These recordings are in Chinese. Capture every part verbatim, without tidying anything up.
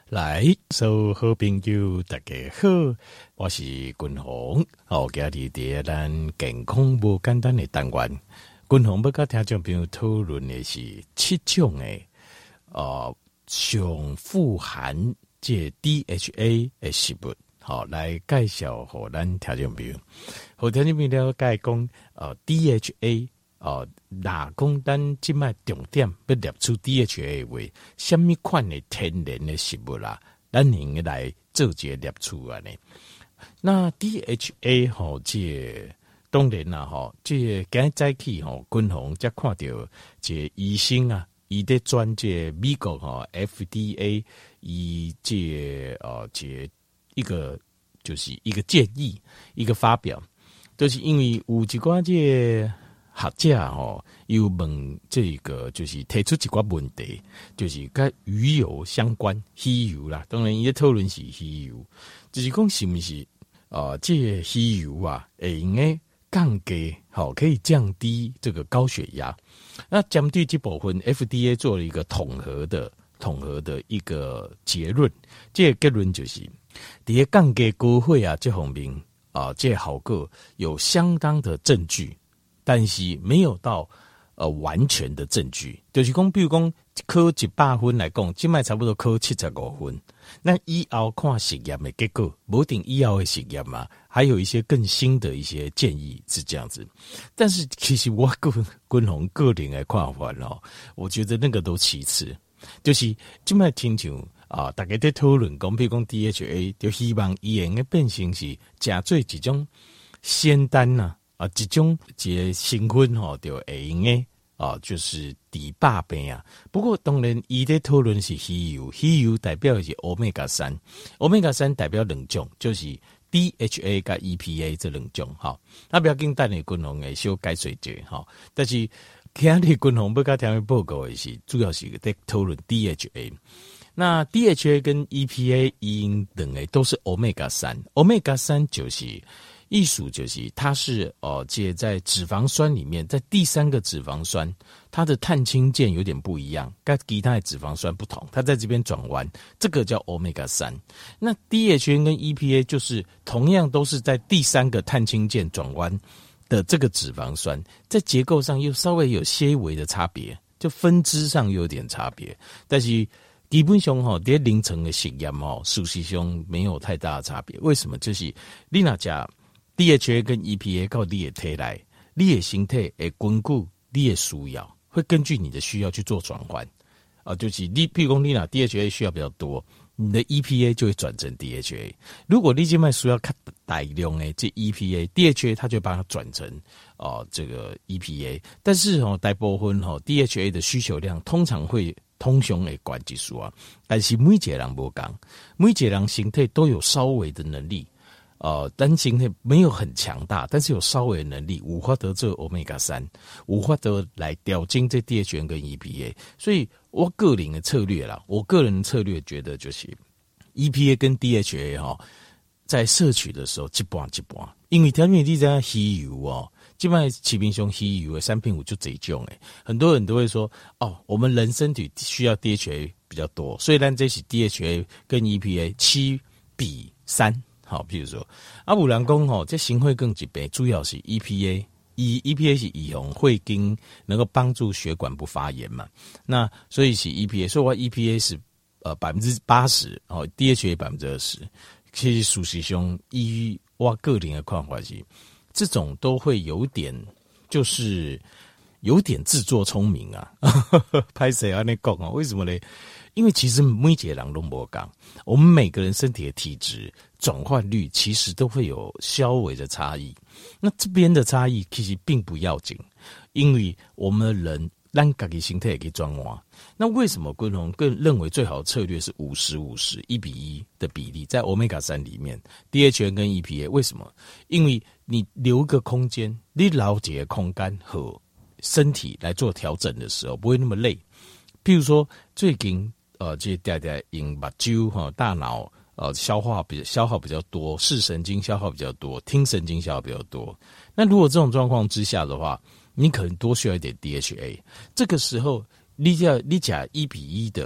来，所有好朋友大家好，我是君鸿。哦，今日伫咱健康无简单的单元，君鸿要甲听众朋友讨论的是七种诶，呃，上富含这 D H A 的食物，好、哦、来介绍互咱听众朋友。互听众朋友了解讲，呃 ，D H A。哦，哪讲咱即卖重点要列出 D H A 的话，什么款的天然的食物啦，咱应该来做一个列出来呢？那 D H A 吼、哦，这当然啦吼，这今日早起吼，君鸿才看到这医生啊，伊在转这美国吼 F D A， 伊这呃这一个就是一个建议，一个发表，就是因为有一寡这。学者吼又问这个就是提出一寡问题，就是跟鱼油相关，鱼油啦，当然伊咧讨论是鱼油，就是讲是不是啊、呃？这鱼油啊，会用诶降低，好可以降低这个高血压。那针对这部分 ，F D A 做了一个统合的统合的一个结论，这个结论就是伫咧降低高血压这方面啊，这效果有相当的证据。但是没有到呃完全的证据，就是讲，比如讲考一百分来讲，即卖差不多考七十五分。那以后看实验的结果，不定以后的实验嘛，还有一些更新的一些建议是这样子。但是其实我个君鸿个人的看法哦，我觉得那个都其次，就是即卖听像啊，大家在讨论讲，比如讲 D H A， 就希望伊用的变成是真做一种仙丹呐、啊。啊，这种这成分吼就会用诶啊，就是治百病啊。不过当然，伊在讨论是鱼油，鱼油代表的是欧米伽三，欧米伽三代表两种，就是 D H A 跟 E P A 这两种哈。那不要紧，等下君鸿会小解说者哈。但是今日君鸿要甲听的报告的是，主要是在讨论 D H A。那 D H A 跟 E P A 因两个都是欧米伽三，欧米伽三就是。艺术就是它是哦，介在脂肪酸里面，在第三个脂肪酸，它的碳氢键有点不一样，跟其他的脂肪酸不同，它在这边转弯，这个叫 欧米伽三。那 D H A 跟 E P A 就是同样都是在第三个碳氢键转弯的这个脂肪酸，在结构上又稍微有些微的差别，就分支上有点差别，但是基本上吼，在临床的实验吼，事实上没有太大的差别。为什么？就是你那家。D H A 跟 E P A 靠你的体内，你的身体会根据你的需要，会根据你的需要去做转换啊。就是你，譬如讲你拿 D H A 需要比较多，你的 E P A 就会转成 D H A。如果你今麦需要较大量的这 E P A、D H A， 它就把它转成哦、呃、这个 E P A。但是哦，大部分哦 D H A 的需求量通常会通常会高一数啊，但是每一个人不同，每一个人身体都有稍微的能力。呃，单形态没有很强大，但是有稍微的能力，无法得这欧米伽三，无法得来调精这 D H A 跟 E P A， 所以我个人的策略啦，我个人的策略觉得就是 E P A 跟 D H A 哈、哦，在摄取的时候一半一半，因为条件你在鱼油哦，基本上市面上鱼油的产品有就这种诶，很多人都会说哦，我们人身体需要 D H A 比较多，虽然这是 D H A 跟 E P A 七比三。好，譬如说，啊，有人讲吼，这心血管疾病主要是 E P A， E E P A 是预防血经，能够帮助血管不发炎嘛。那所以是 E P A， 所以我 E P A 是呃百分之八十，哦 ，D H A 百分之二十。其实事实上，依我个人的看法是，这种都会有点，就是有点自作聪明啊。拍谁啊？那讲啊？为什么呢？因为其实每一个人都不一样，我们每个人身体的体质转换率其实都会有稍微的差异。那这边的差异其实并不要紧，因为我们的人咱自己身体也可以转换。那为什么君鸿更认为最好的策略是五十五十一比一的比例，在 欧米伽三里面 D H A 跟 E P A？ 为什么？因为你留个空间，你留一个空间和身体来做调整的时候，不会那么累。譬如说最近。呃，这大家用目睭哈，大脑呃消化比消耗比较多，视神经消耗比较多，听神经消耗比较多。那如果这种状况之下的话，你可能多需要一点 D H A。这个时候，你要你讲一比一的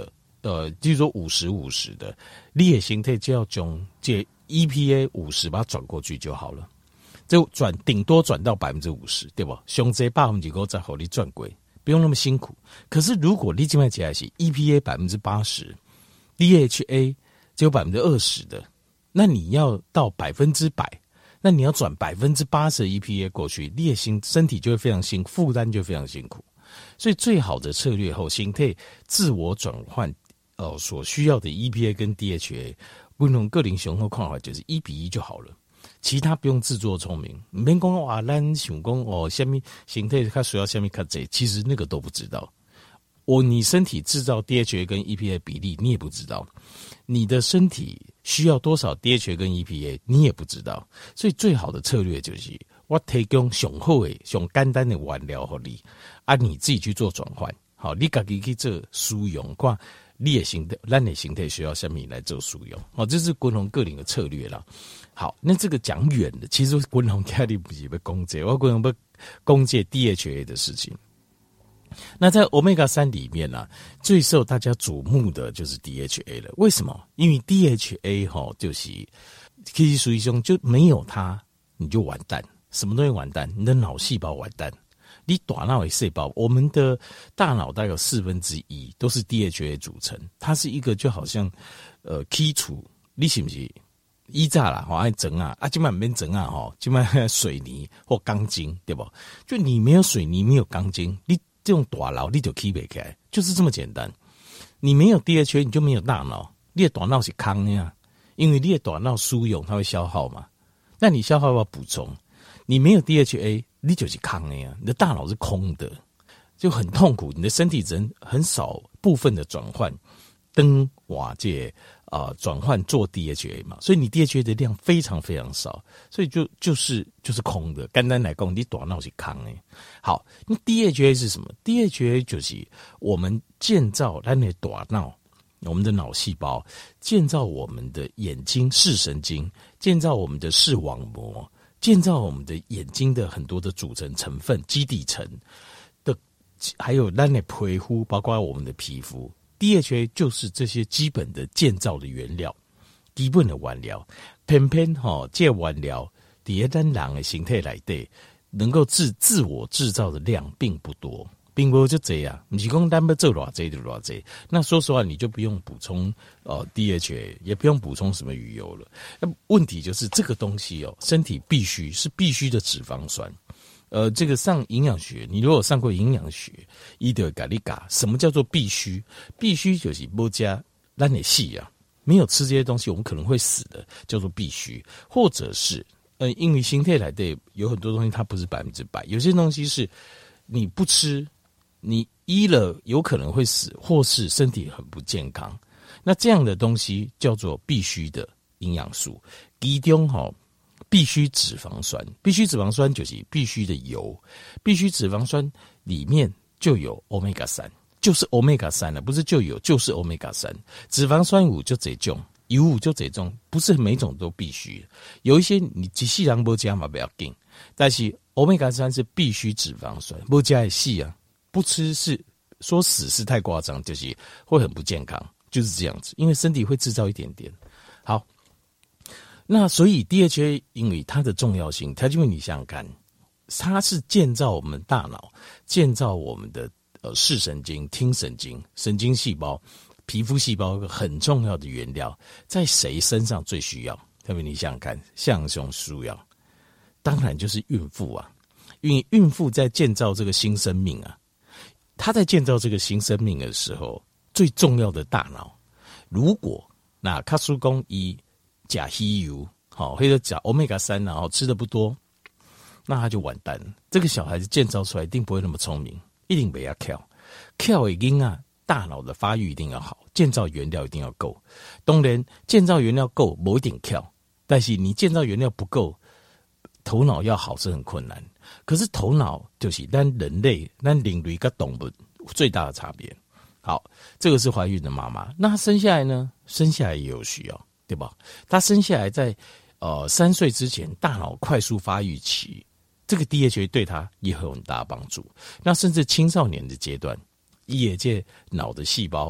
呃，就是说五十五十的，你的身体就要将这 E P A 五十把它转过去就好了，就转顶多转到百分之五十，对吧？上这百分之五再好你转过，不用那么辛苦。可是如果你今麦起来是 E P A 百分之八十 ，D H A 只有百分之二十的，那你要到百分之百，那你要转百分之八十的 E P A 过去，你的心身体就会非常辛苦，负担就非常辛苦。所以最好的策略后，身体自我转换。呃，所需要的 E P A 跟 D H A， 不同个人雄厚看法就是一比一就好了，其他不用自作聪明。唔免讲哇，咱想讲哦，下面形态它需要下面看这，其实那个都不知道。我你身体制造 D H A 跟 E P A 比例，你也不知道。你的身体需要多少 D H A 跟 E P A， 你也不知道。所以最好的策略就是我提供雄厚的、雄简单的原料给你，啊，你自己去做转换。好，你自己去做使用，看。你的形态，咱的形态需要什么来做使用？哦，这是滚红个人的策略啦。好，那这个讲远的，其实滚红家里不是要攻击，我滚红不攻击 D H A 的事情。那在 Omega 三里面呢、啊，最受大家瞩目的就是 D H A 了。为什么？因为 D H A 哈、哦，就是其实属于兄就没有它，你就完蛋，什么东西完蛋？你的脑细胞完蛋。你大脑的细胞，我们的大脑大概有四分之一都是 D H A 组成，它是一个就好像呃基础，你是不是？依炸啦，吼爱整啊，啊，今晚没整啊，吼，今晚水泥或钢筋，对不？就你没有水泥，没有钢筋，你这种大脑你就起不起来，就是这么简单。你没有 D H A， 你就没有大脑，你的大脑是空的呀，因为你的大脑输用它会消耗嘛，那你消耗要补充，你没有 D H A。你就是空的呀，你的大脑是空的，就很痛苦。你的身体人很少部分的转换，灯瓦这啊转换做 D H A 嘛，所以你 D H A 的量非常非常少，所以就就是就是空的。简单来讲，你大脑是空的。好，那 D H A 是什么 ？D H A 就是我们建造咱的大脑，我们的脑细胞，建造我们的眼睛视神经，建造我们的视网膜。建造我们的眼睛的很多的组成成分、基底层的，还有咱的皮肤，包括我们的皮肤 ，D H A 就是这些基本的建造的原料，基本的原料。偏偏哈，这原料在咱人的形态来对，能够自自我制造的量并不多，并不就这样。不是讲咱要做偌济就偌济。那说实话，你就不用补充呃 D H A， 也不用补充什么鱼油了。那问题就是这个东西哦，身体必须是必须的脂肪酸。呃，这个上营养学，你如果上过营养学，伊就会跟你讲什么叫做必须？必须就是不加咱的细啊，没有吃这些东西，我们可能会死的，叫做必须，或者是呃，因为形态来的有很多东西它不是百分之百，有些东西是你不吃。你医了有可能会死，或是身体很不健康。那这样的东西叫做必须的营养素。其中哈，必须脂肪酸，必须脂肪酸就是必须的油，必须脂肪酸里面就有 omega 三，就是 omega 三了，不是就有，就是 omega 三。脂肪酸五就这种，油五就这种，不是每种都必须。有一些你一世人不加嘛不要紧，但是 omega 三是必须脂肪酸，不加也细啊。不吃是说死是太夸张，就是会很不健康，就是这样子，因为身体会制造一点点。好，那所以 D H A 因为它的重要性，它因为你想想看，它是建造我们大脑、建造我们的呃视神经、听神经、神经细胞、皮肤细胞一个很重要的原料，在谁身上最需要？特别你想想看，像这种需要，当然就是孕妇啊，因为孕妇在建造这个新生命啊。他在建造这个新生命的时候，最重要的大脑，如果那卡苏公以甲稀油，好或者甲 omega 三，然后吃的不多，那他就完蛋了。这个小孩子建造出来一定不会那么聪明，一定不要跳跳已经啊，大脑的发育一定要好，建造原料一定要够。当然，建造原料够不一定跳，但是你建造原料不够，头脑要好是很困难。可是头脑就是咱人类、咱人类跟动物最大的差别。好，这个是怀孕的妈妈，那她生下来呢？生下来也有需要，对吧？她生下来在呃三岁之前，大脑快速发育期，这个 D H A 对她也有很大的帮助。那甚至青少年的阶段，也借脑的细胞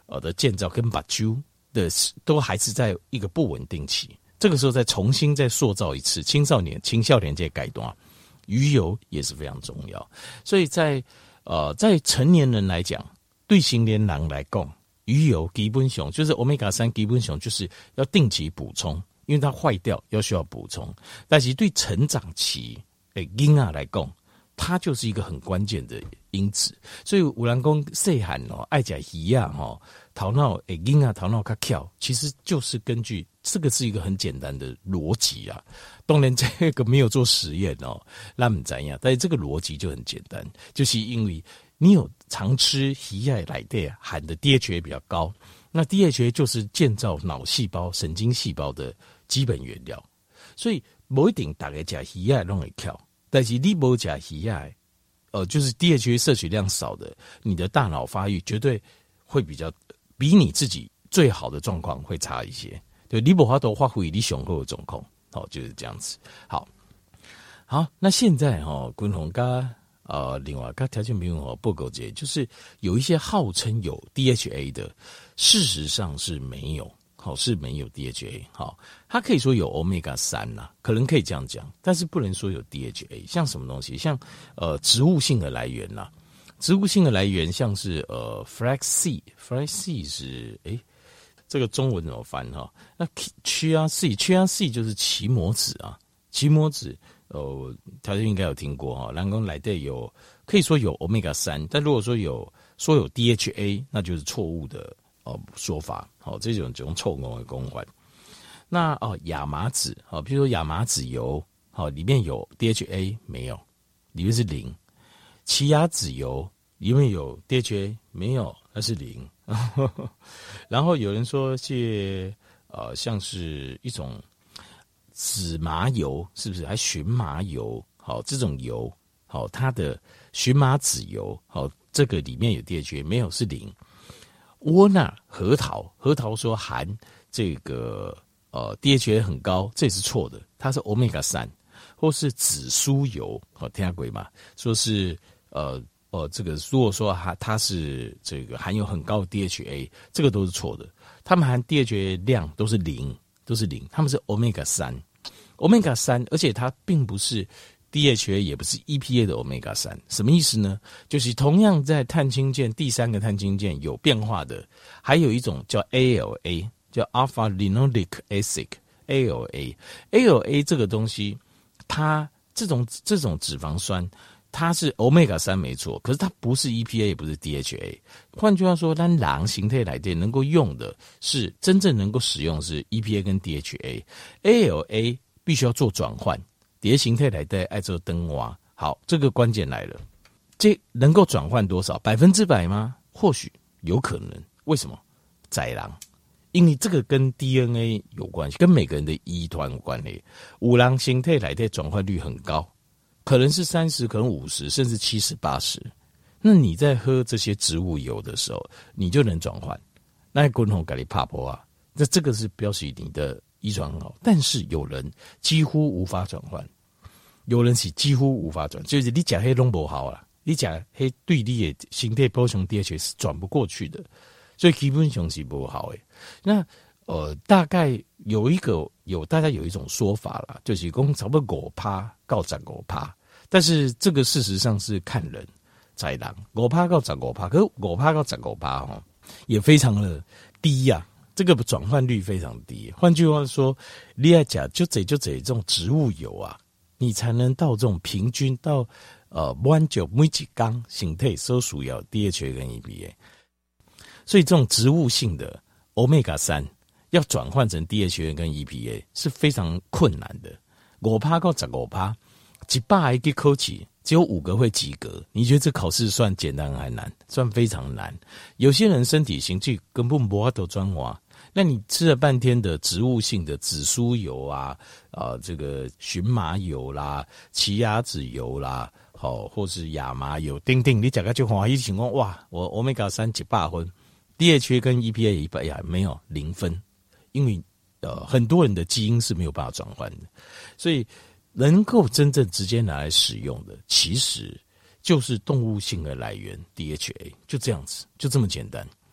呃的建造跟把揪的都还是在一个不稳定期，这个时候再重新再塑造一次青少年青少年这改端，鱼油也是非常重要。所以在呃在成年人来讲，对成年人来讲，鱼油基本上就是 欧米伽三 基本上就是要定期补充，因为它坏掉要需要补充。但是对成长期的婴儿来讲，它就是一个很关键的因子。所以有人讲细汉哦爱吃鱼啊吼，头脑诶婴儿头脑较巧，其实就是根据这个是一个很简单的逻辑啊。当然这个没有做实验哦，那不知道，但是这个逻辑就很简单，就是因为你有常吃鱼啊来的含的 D H A 比较高，那 D H A 就是建造脑细胞、神经细胞的基本原料，所以不一定大家吃鱼啊都会巧。但是你不吃鱼啊，呃，就是 D H A 摄取量少的，你的大脑发育绝对会比较比你自己最好的状况会差一些。对，你不法都发挥你雄厚的状况，好，就是这样子。好，好，那现在哈，君鸿跟呃另外跟条件朋友哈报告这，就是有一些号称有 D H A 的，事实上是没有。好，是没有 D H A， 好，它可以说有 欧米伽三 啦，可能可以这样讲，但是不能说有 D H A。像什么东西？像呃植物性的来源啦，植物性的来源像是呃 flaxseed，flaxseed 是诶，这个中文怎么翻哈？那 chia seed，chia seed 就是奇摩子啊，奇摩子呃，大家应该有听过哈，蓝光来的有可以说有 欧米伽三，但如果说有说有 D H A， 那就是错误的。哦，说法好，这种这种臭工的公款。那哦，亚麻籽好，比如说亚麻籽油好，里面有 D H A 没有？里面是零。奇亚籽油里面有 D H A 没有？它是零。然后有人说是呃，像是一种紫麻油，是不是？还荨麻油好，这种油好，它的荨麻籽油好，这个里面有 D H A 没有？是零。窝纳核桃，核桃说含这个呃 D H A 很高，这也是错的，它是 欧米伽三，或是紫苏油，好听过嘛？说是呃呃这个如果说它它是这个含有很高的 D H A， 这个都是错的，它们含 D H A 量都是零，都是零，它们是欧米伽三，欧米伽三，而且它并不是。D H A 也不是 E P A 的 欧米伽三， 什么意思呢？就是同样在碳氢键第三个碳氢键有变化的，还有一种叫 A L A， 叫 Alpha Linoleic Acid，A L A，A L A 这个东西，它这种这种脂肪酸，它是 欧米伽三没错，可是它不是 E P A， 也不是 D H A。换句话说，咱人形态来电能够用的是真正能够使用是 E P A 跟 D H A，A L A 必须要做转换。蝶形态来的爱做灯蛙，好，这个关键来了，这能够转换多少？百分之百吗？或许有可能。为什么？宰狼，因为这个跟 D N A 有关系，跟每个人的遗传有关系。五郎形态来的转换率很高，可能是三十，可能五十，甚至七十、八十。那你在喝这些植物油的时候，你就能转换。那滚红咖喱帕波啊，那这个是表示你的遗传很好，但是有人几乎无法转换，有人是几乎无法转，就是你吃黑拢不好啦，你吃黑对你的形态补充 D H A 是转不过去的，所以基本上是不好的。那呃，大概有一个有大家有一种说法啦，就是讲差不多五趴到十五趴，但是这个事实上是看人宰人，五趴到十五趴，可是五趴到十五趴哈也非常的低呀、啊。这个转换率非常低，换句话说，你要吃就这就这这种植物油啊，你才能到这种平均到呃满足每一缸形态所需要 D H A 跟 E P A， 所以这种植物性的 欧米伽三要转换成 D H A 跟 E P A 是非常困难的，五趴到十五趴，一百个考试只有五个会及格，你觉得这考试算简单还难？算非常难。有些人身体形态根本没法度转化。那你吃了半天的植物性的紫苏油啊，呃，这个荨麻油啦、奇亚籽油啦，好、哦，或是亚麻油，丁丁，你讲个就欢喜情况，哇，我欧米伽三一百分 ，D H A 跟 E P A 一百呀没有零分，因为呃很多人的基因是没有办法转换的，所以能够真正直接拿来使用的，其实就是动物性的来源 D H A， 就这样子，就这么简单。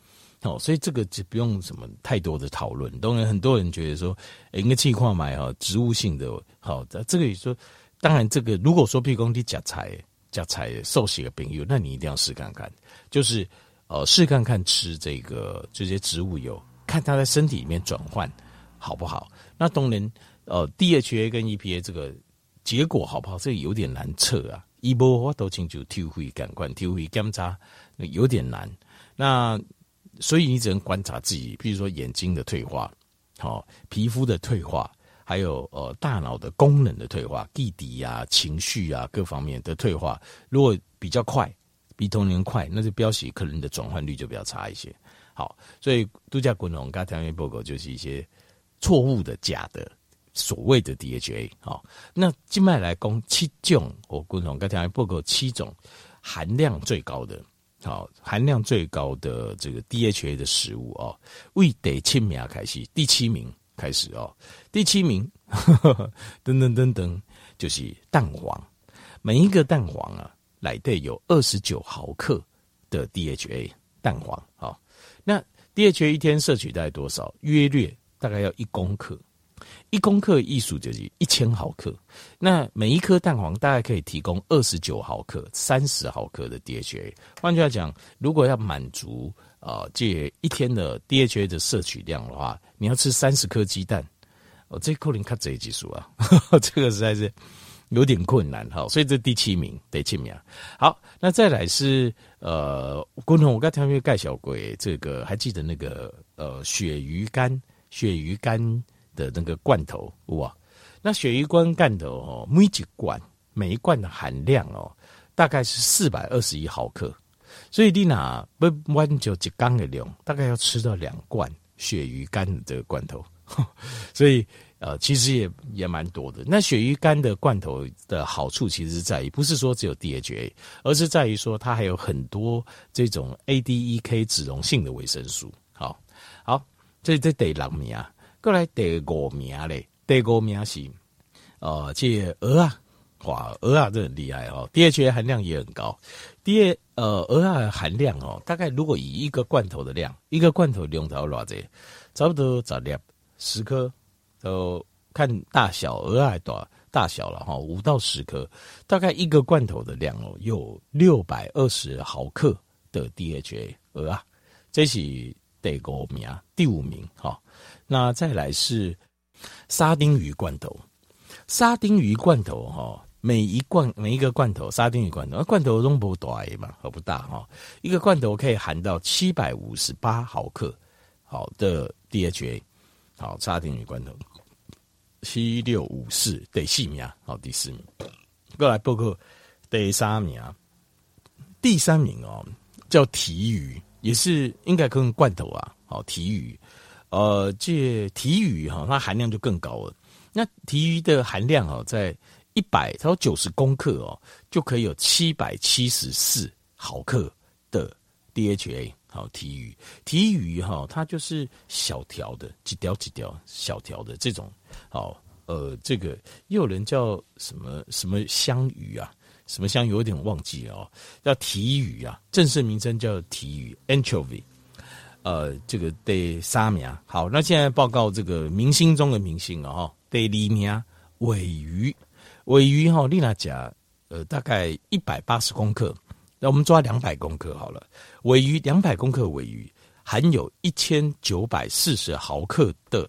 哦，所以这个就不用什么太多的讨论。当然，很多人觉得说，欸、应该气矿买哈植物性的，好，这个也说，当然这个如果说譬如说你夹菜夹菜受洗的朋友，那你一定要试看看，就是呃试看看吃这个这些植物油，看它在身体里面转换好不好。那当然，呃 D H A 跟 E P A 这个结果好不好，这个有点难测啊。一波我都清楚，体会感官体会检查有点难。那所以你只能观察自己，比如说眼睛的退化，好、哦，皮肤的退化，还有呃大脑的功能的退化，记忆啊、情绪啊各方面的退化，如果比较快，比同龄快，那就标示可能你的转换率就比较差一些。好，所以度假滚龙刚才条件报告就是一些错误的、假的所谓的 D H A。好，那静脉来讲七种，我滚龙刚才条件报告七种含量最高的。好，含量最高的这个 D H A 的食物哦，为第七名开始，第七名开始哦，第七名呵呵噔噔噔噔，就是蛋黄。每一个蛋黄啊，内底有二十九毫克的 D H A 蛋黄。好，那 D H A 一天摄取大概多少？约略大概要一公克。一公克艺术就是一千毫克，那每一颗蛋黄大概可以提供二十九毫克、三十毫克的 D H A。换句话讲，如果要满足呃这一天的 D H A 的摄取量的话，你要吃三十颗鸡蛋，哦，这可能较这技术啊，呵呵，这个实在是有点困难哈。所以这第七名，第七名。好，那再来是呃，滚筒我刚才介绍过这个，还记得那个呃鳕鱼干，鳕鱼干的那个罐头哇，那鳕鱼干罐头哦，每一罐每一罐的含量哦，大概是四百二十一毫克，所以你拿不完就一缸的量，大概要吃到两罐鳕鱼干的这个罐头，所以呃，其实也也蛮多的。那鳕鱼干的罐头的好处，其实是在于不是说只有 D H A， 而是在于说它还有很多这种 A D E K 脂溶性的维生素。好，好，这这第六名啊。过来第五名嘞，第五名是呃，这鹅啊，哇，鹅啊，这很厉害哦 ，D H A 含量也很高。D 呃，鹅啊的含量哦，大概如果以一个罐头的量，一个罐头量头偌济，差不多十粒十颗，就看大小，鹅啊大大小了哈，五到十颗，大概一个罐头的量哦，有六百二十毫克的 D H A 鹅啊，这是第五名，第五名哈。那再来是沙丁鱼罐头，沙丁鱼罐头哈，每一罐每一个罐头沙丁鱼罐头，罐头都不大嘛，不大哈，一个罐头可以含到七百五十八毫克好的 D H A， 好，沙丁鱼罐头七六五四第四名，好，第四名，过来报告第三名，第三名哦叫鲫鱼，也是应该跟罐头啊，好，鲫鱼。呃，这鲫鱼哈，它含量就更高了。那鲫鱼的含量哦，在一百，它有九十公克哦，就可以有七百七十四毫克的 D H A。好，鲫鱼，鲫鱼哈，它就是小条的，几条几条小条的这种。好，呃，这个又有人叫什么什么香鱼啊，什么香鱼，有点忘记了哦，叫鲫鱼啊，正式名称叫鲫鱼 （anchovy）。呃，这个第三名。好，那现在报告这个明星中的明星了哈。第二名尾鱼，尾鱼哈，你那讲呃大概一百八十公克，那我们抓两百公克好了。尾鱼两百公克尾鱼含有一千九百四十毫克的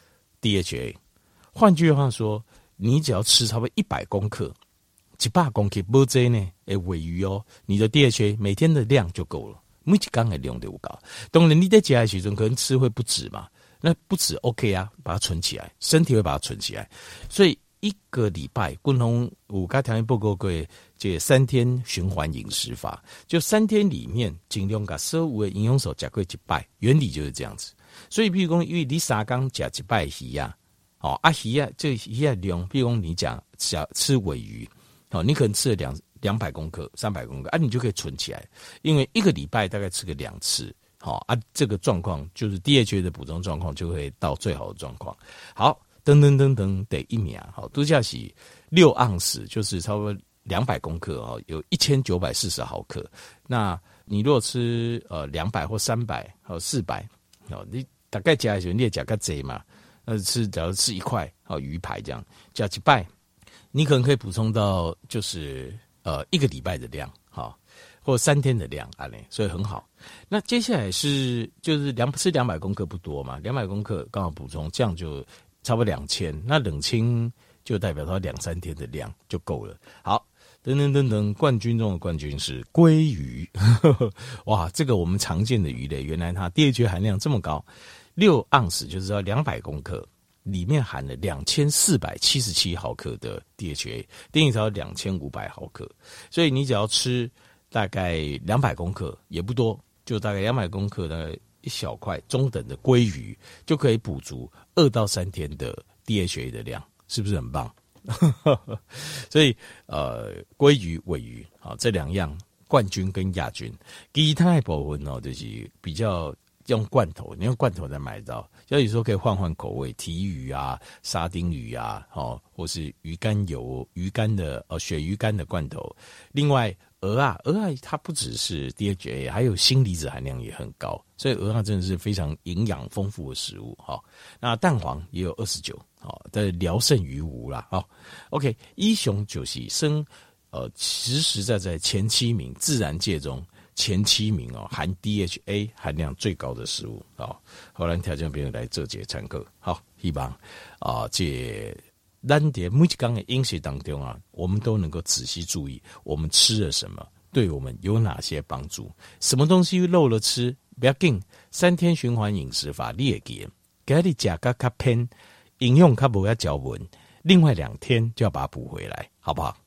D H A。换句话说，你只要吃差不多一百公克，一百公克不多呢，诶，尾鱼哦，你的 D H A 每天的量就够了。每一缸的量就有高，当然你在吃的时候可能吃会不止嘛，那不止 OK 啊，把它存起来，身体会把它存起来。所以一个礼拜，共同五家条件报告过这三天循环饮食法，就三天里面尽量把所有的营养素吃过一拜，原理就是这样子。所以，譬如讲，因为你三缸吃一拜鱼啊，哦啊鱼啊，这鱼啊量，譬如讲你讲吃吃尾鱼，哦，你可能吃了两。两百公克、三百公克啊，你就可以存起来，因为一个礼拜大概吃个两次，好啊，这个状况就是 D H A 的补充状况就会到最好的状况。好，噔噔噔噔，得一秒，好，都叫是六盎司，就是差不多两百公克哦，有一千九百四十毫克。那你如果吃呃两百或三百或四百，哦，你大概加一些，你也加个贼嘛，那吃假如吃一块哦鱼排这样加几拜，你可能可以补充到就是呃一个礼拜的量，好、哦，或三天的量啊嘞，所以很好。那接下来是就是两吃两百公克不多嘛，两百公克刚好补充，这样就差不多两千，那冷清就代表它两三天的量就够了。好。噔噔噔噔，冠军中的冠军是鲑鱼，哇，这个我们常见的鱼类，原来它 D H A 含量这么高，六盎司就是要两百公克，里面含了两千四百七十七毫克的 D H A， 定义才两千五百毫克，所以你只要吃大概两百公克，也不多，就大概两百公克的一小块中等的鲑鱼，就可以补足二到三天的 D H A 的量，是不是很棒？所以呃，鲑鱼、鮪鱼啊这两样冠军跟亚军，其他的部分哦，就是比较用罐头，你用罐头才买到。所以说可以换换口味，提鱼啊、沙丁鱼啊，哦，或是鱼肝油、鱼肝的哦鳕鱼肝的罐头。另外鹅啊，鹅啊它不只是 D H A， 还有锌离子含量也很高，所以鹅啊真的是非常营养丰富的食物哈、哦。那蛋黄也有二十九。哦，但聊胜于无啦。哦 ，OK， 一雄就是升，呃，实实在在前七名，自然界中前七名哦，含 D H A 含量最高的食物哦。后来条件朋友来这节参考，好，希望啊，这咱在每一天的饮食当中啊，我们都能够仔细注意我们吃了什么，对我们有哪些帮助，什么东西漏了吃，不要紧，三天循环饮食法你也记，给你吃个较偏。应用它不要较稳，另外两天就要把它补回来，好不好？